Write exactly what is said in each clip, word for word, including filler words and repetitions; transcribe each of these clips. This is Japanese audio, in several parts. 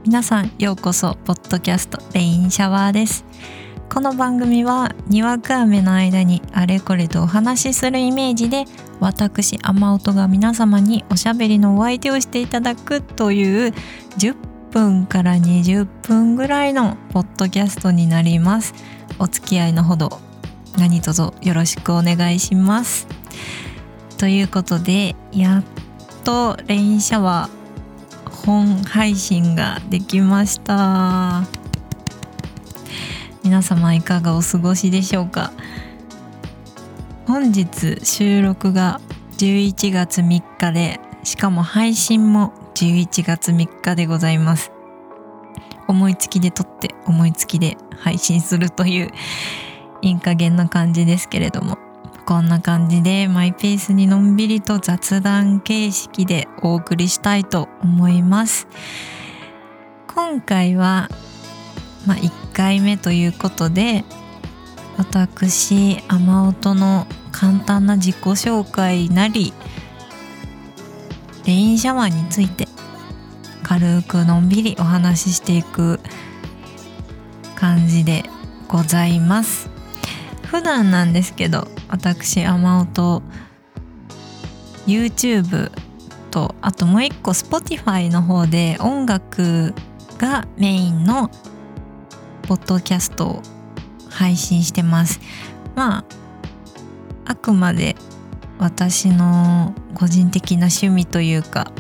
皆さんようこそポッドキャストレインシャワーです。この番組はにわか雨の間にあれこれとお話しするイメージで、私雨音が皆様におしゃべりのお相手をしていただくというじゅっぷんからにじゅっぷんぐらいのポッドキャストになります。お付き合いのほど何卒よろしくお願いします。ということで、やっとレインシャワー本配信ができました。皆様いかがお過ごしでしょうか。本日収録がじゅういちがつみっかで、しかも配信もじゅういちがつみっかでございます。思いつきで撮って思いつきで配信するといういい加減な感じですけれども、こんな感じでマイペースにのんびりと雑談形式でお送りしたいと思います。今回は、まあ、いっかいめということで、私雨音の簡単な自己紹介なりレインシャワーについて軽くのんびりお話ししていく感じでございます。普段なんですけど、私雨音 YouTube と、あともう一個 Spotify の方で音楽がメインのポッドキャストを配信してます。まああくまで私の個人的な趣味というか、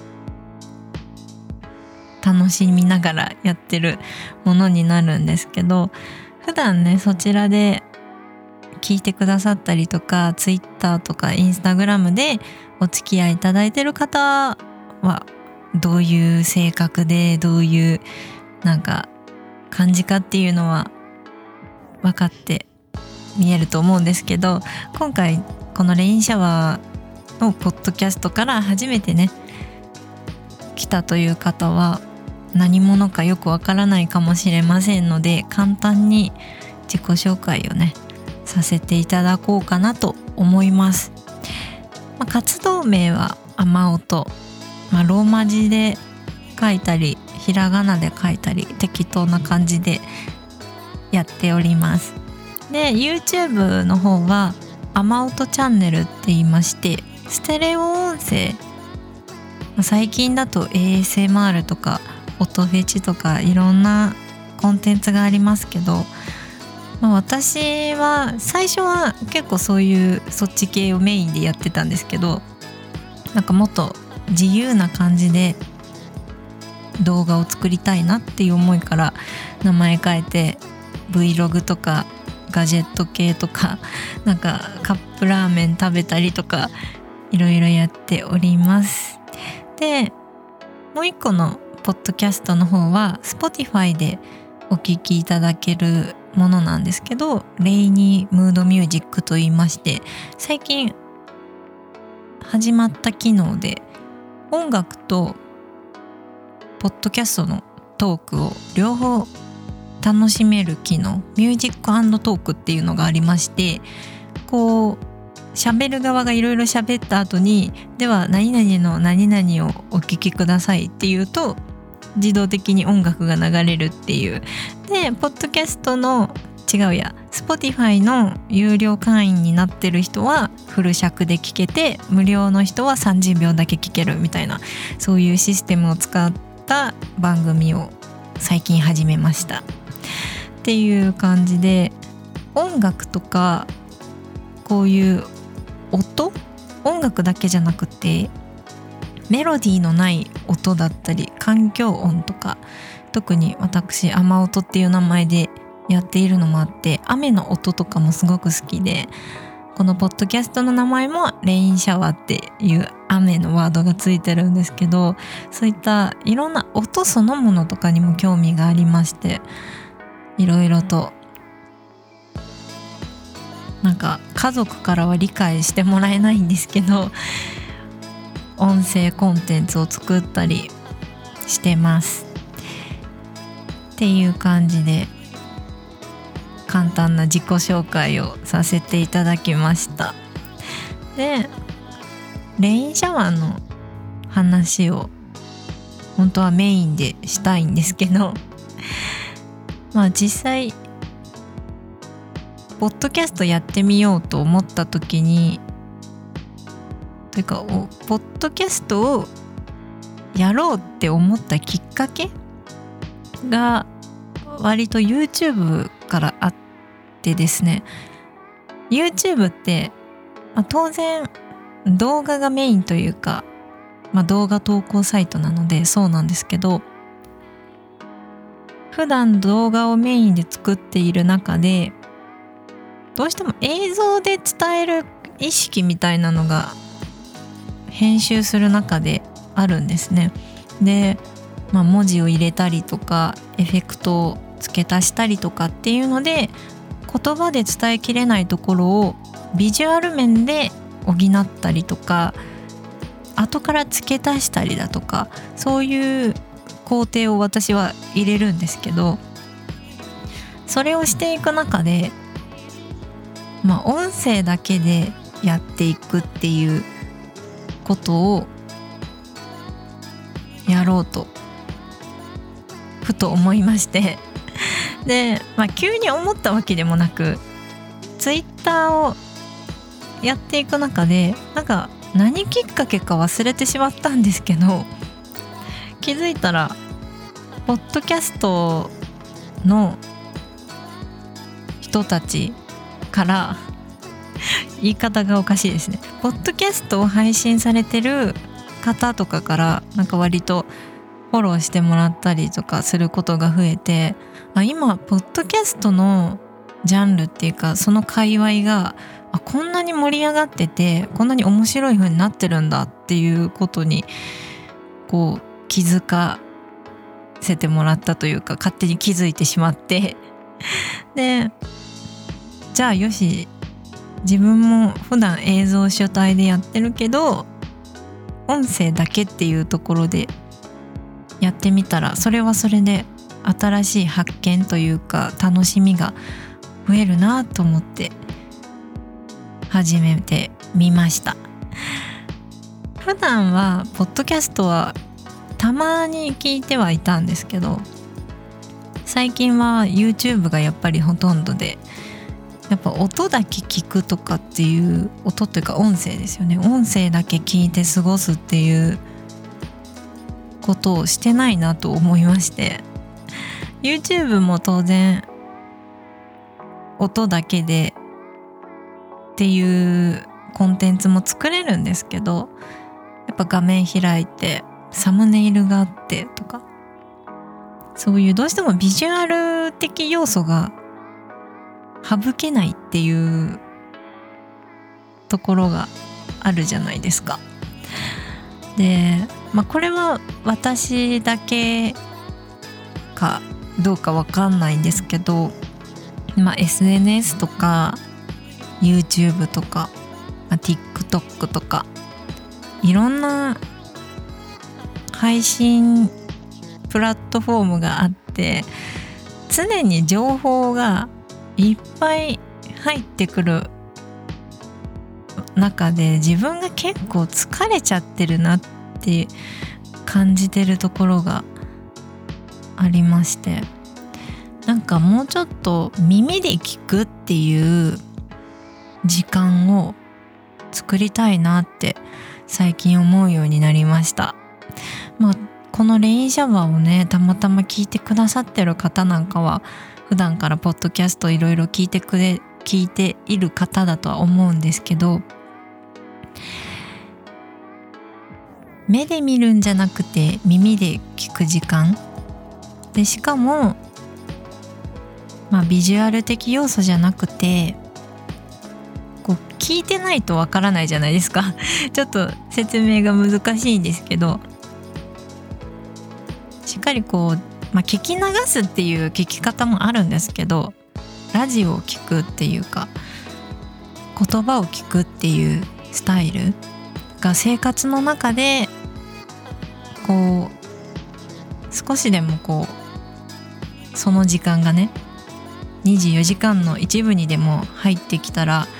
楽しみながらやってるものになるんですけど、普段ねそちらで聞いてくださったりとか、ツイッターとかインスタグラムでお付き合いいただいてる方はどういう性格でどういうなんか感じかっていうのは分かって見えると思うんですけど、今回このレインシャワーのポッドキャストから初めてね来たという方は何者かよくわからないかもしれませんので、簡単に自己紹介をねさせていただこうかなと思います。まあ、活動名は雨音、まあ、ローマ字で書いたりひらがなで書いたり適当な感じでやっております。で YouTube の方は雨音チャンネルって言いまして、ステレオ音声、まあ、最近だと エーエスエムアール とか音フェチとかいろんなコンテンツがありますけど、まあ、私は最初は結構そういうそっち系をメインでやってたんですけど、なんかもっと自由な感じで動画を作りたいなっていう思いから名前変えて Vlog とかガジェット系とか、なんかカップラーメン食べたりとかいろいろやっております。でもう一個のポッドキャストの方は Spotify でお聞きいただけるものなんですけど、レイニームードミュージックと言いまして、最近始まった機能で音楽とポッドキャストのトークを両方楽しめる機能、ミュージック&トークっていうのがありまして、こう喋る側がいろいろ喋った後に、では何々の何々をお聞きくださいっていうと自動的に音楽が流れるっていう。でポッドキャストの違うや Spotify の有料会員になってる人はフル尺で聞けて、無料の人はさんじゅうびょうだけ聞けるみたいな、そういうシステムを使った番組を最近始めましたっていう感じで、音楽とかこういう音、音楽だけじゃなくてメロディーのない音だったり環境音とか、特に私雨音っていう名前でやっているのもあって、雨の音とかもすごく好きで、このポッドキャストの名前もレインシャワーっていう雨のワードがついてるんですけど、そういったいろんな音そのものとかにも興味がありまして、いろいろとなんか家族からは理解してもらえないんですけど、音声コンテンツを作ったりしてますっていう感じで、簡単な自己紹介をさせていただきました。でレインシャワーの話を本当はメインでしたいんですけどまあ実際ポッドキャストやってみようと思った時にというかポッドキャストをやろうって思ったきっかけが割と YouTube からあってですね、 YouTube って、まあ、当然動画がメインというか、まあ、動画投稿サイトなのでそうなんですけど、普段動画をメインで作っている中でどうしても映像で伝える意識みたいなのが編集する中であるんですね。で、まあ、文字を入れたりとかエフェクトを付け足したりとかっていうので言葉で伝えきれないところをビジュアル面で補ったりとか後から付け足したりだとかそういう工程を私は入れるんですけど、それをしていく中でまあ音声だけでやっていくっていうことをやろうとふと思いましてで、まあ、急に思ったわけでもなくツイッターをやっていく中でなんか何きっかけか忘れてしまったんですけど、気づいたらポッドキャストの人たちから言い方がおかしいですね、ポッドキャストを配信されてる方とかからなんか割とフォローしてもらったりとかすることが増えて、あ今ポッドキャストのジャンルっていうかその界隈があこんなに盛り上がっててこんなに面白い風になってるんだっていうことにこう気づかせてもらったというか勝手に気づいてしまってでじゃあよし自分も普段映像主体でやってるけど音声だけっていうところでやってみたらそれはそれで新しい発見というか楽しみが増えるなと思って始めてみました。普段はポッドキャストはたまに聞いてはいたんですけど最近は YouTube がやっぱりほとんどで、やっぱ音だけ聞くとかっていう音というか音声ですよね、音声だけ聞いて過ごすっていうことをしてないなと思いまして、 YouTube も当然音だけでっていうコンテンツも作れるんですけど、やっぱ画面開いてサムネイルがあってとかそういうどうしてもビジュアル的要素が省けないっていうところがあるじゃないですか。で、まあこれは私だけかどうかわかんないんですけど、まあ エスエヌエス とか YouTube とか、まあ、TikTok とかいろんな配信プラットフォームがあって常に情報がいっぱい入ってくる中で自分が結構疲れちゃってるなって感じてるところがありまして、なんかもうちょっと耳で聞くっていう時間を作りたいなって最近思うようになりました。まあこのレインシャワーをねたまたま聞いてくださってる方なんかは普段からポッドキャストいろいろ聞いてくれ聞いている方だとは思うんですけど、目で見るんじゃなくて耳で聞く時間で、しかもまあビジュアル的要素じゃなくてこう聞いてないとわからないじゃないですかちょっと説明が難しいんですけど、しっかりこう、まあ、聞き流すっていう聞き方もあるんですけど、ラジオを聞くっていうか言葉を聞くっていうスタイルが生活の中でこう少しでもこうその時間がねにじゅうよじかんの一部にでも入ってきたら、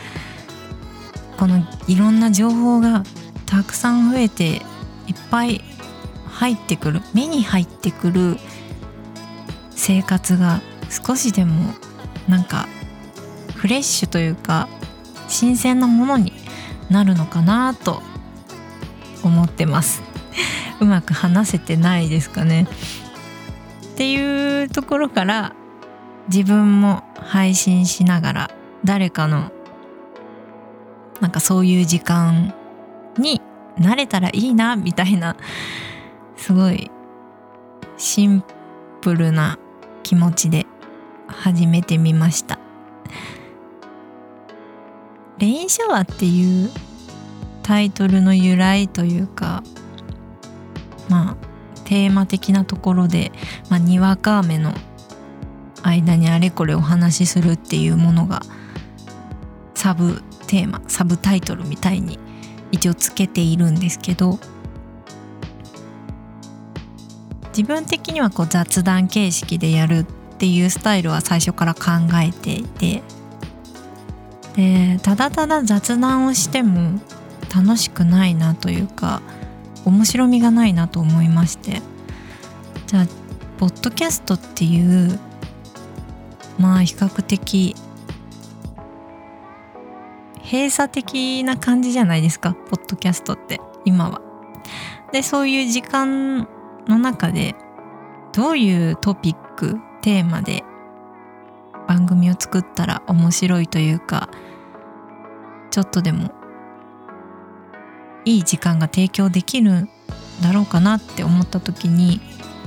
このいろんな情報がたくさん増えていっぱい入ってくる、目に入ってくる生活が少しでもなんかフレッシュというか新鮮なものになるのかなと思ってますうまく話せてないですかねっていうところから、自分も配信しながら誰かのなんかそういう時間になれたらいいなみたいな、すごいシンプルな気持ちで始めてみました。レインシャワーっていうタイトルの由来というか、まあテーマ的なところで、まあ、にわか雨の間にあれこれお話しするっていうものがサブテーマ、サブタイトルみたいに一応つけているんですけど、自分的にはこう雑談形式でやるっていうスタイルは最初から考えていて、でただただ雑談をしても楽しくないなというか面白みがないなと思いまして、じゃあポッドキャストっていうまあ比較的閉鎖的な感じじゃないですか、ポッドキャストって今は。でそういう時間の中でどういうトピックテーマで番組を作ったら面白いというか、ちょっとでもいい時間が提供できるんだろうかなって思った時に、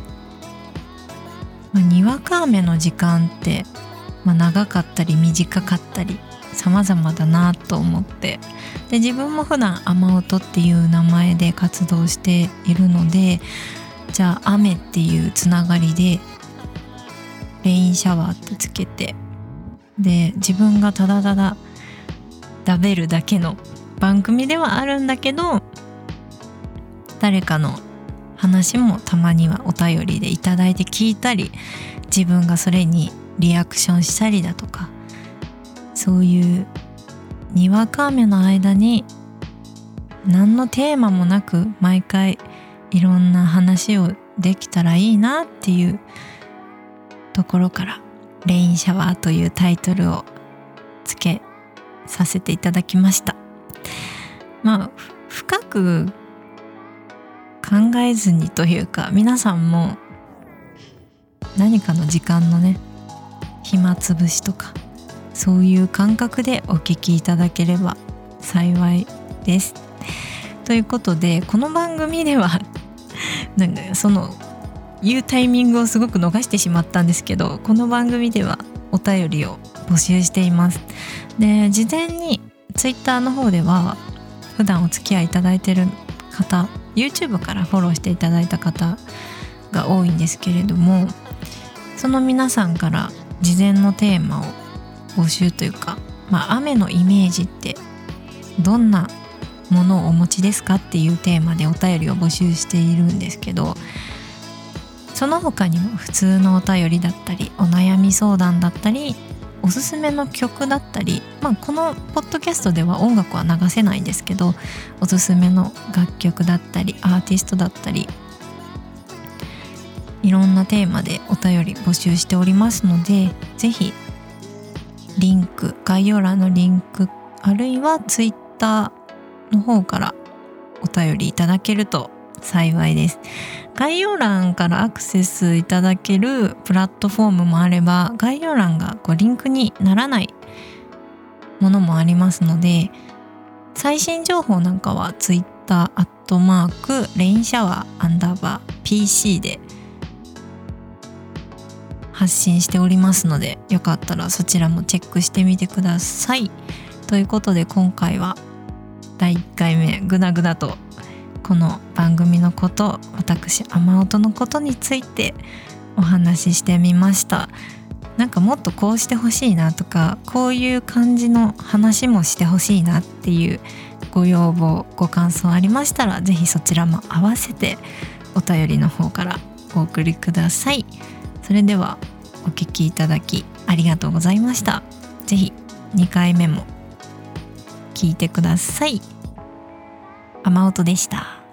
まあ、にわか雨の時間って、まあ、長かったり短かったり様々だなと思って、で自分も普段雨音っていう名前で活動しているので、じゃあ雨っていうつながりでレインシャワーってつけて、で自分がただただ食べるだけの番組ではあるんだけど、誰かの話もたまにはお便りでいただいて聞いたり、自分がそれにリアクションしたりだとか、そういうにわか雨の間に何のテーマもなく毎回いろんな話をできたらいいなっていうところからレインシャワーというタイトルをつけさせていただきました。まあ深く考えずにというか、皆さんも何かの時間のね暇つぶしとかそういう感覚でお聞きいただければ幸いです。ということで、この番組ではなんかその言うタイミングをすごく逃してしまったんですけど、この番組ではお便りを募集しています。で事前にツイッターの方では普段お付き合いいただいている方、 YouTube からフォローしていただいた方が多いんですけれども、その皆さんから事前のテーマを募集というか、まあ、雨のイメージってどんなものをお持ちですかっていうテーマでお便りを募集しているんですけど、その他にも普通のお便りだったりお悩み相談だったりおすすめの曲だったり、まあ、このポッドキャストでは音楽は流せないんですけど、おすすめの楽曲だったりアーティストだったりいろんなテーマでお便り募集しておりますので、ぜひリンク、概要欄のリンクあるいはツイッターの方からお便りいただけると幸いです。概要欄からアクセスいただけるプラットフォームもあれば、概要欄がこうリンクにならないものもありますので、最新情報なんかはツイッターアットマークレインシャワーアンダーバー ピーシー で発信しておりますので、よかったらそちらもチェックしてみてください。ということで今回はだいいっかいめぐだぐだとこの番組のこと、私雨音のことについてお話ししてみました。なんかもっとこうしてほしいなとか、こういう感じの話もしてほしいなっていうご要望ご感想ありましたら、ぜひそちらも合わせてお便りの方からお送りください。それではお聞きいただきありがとうございました。ぜひにかいめも聞いてください。雨音でした。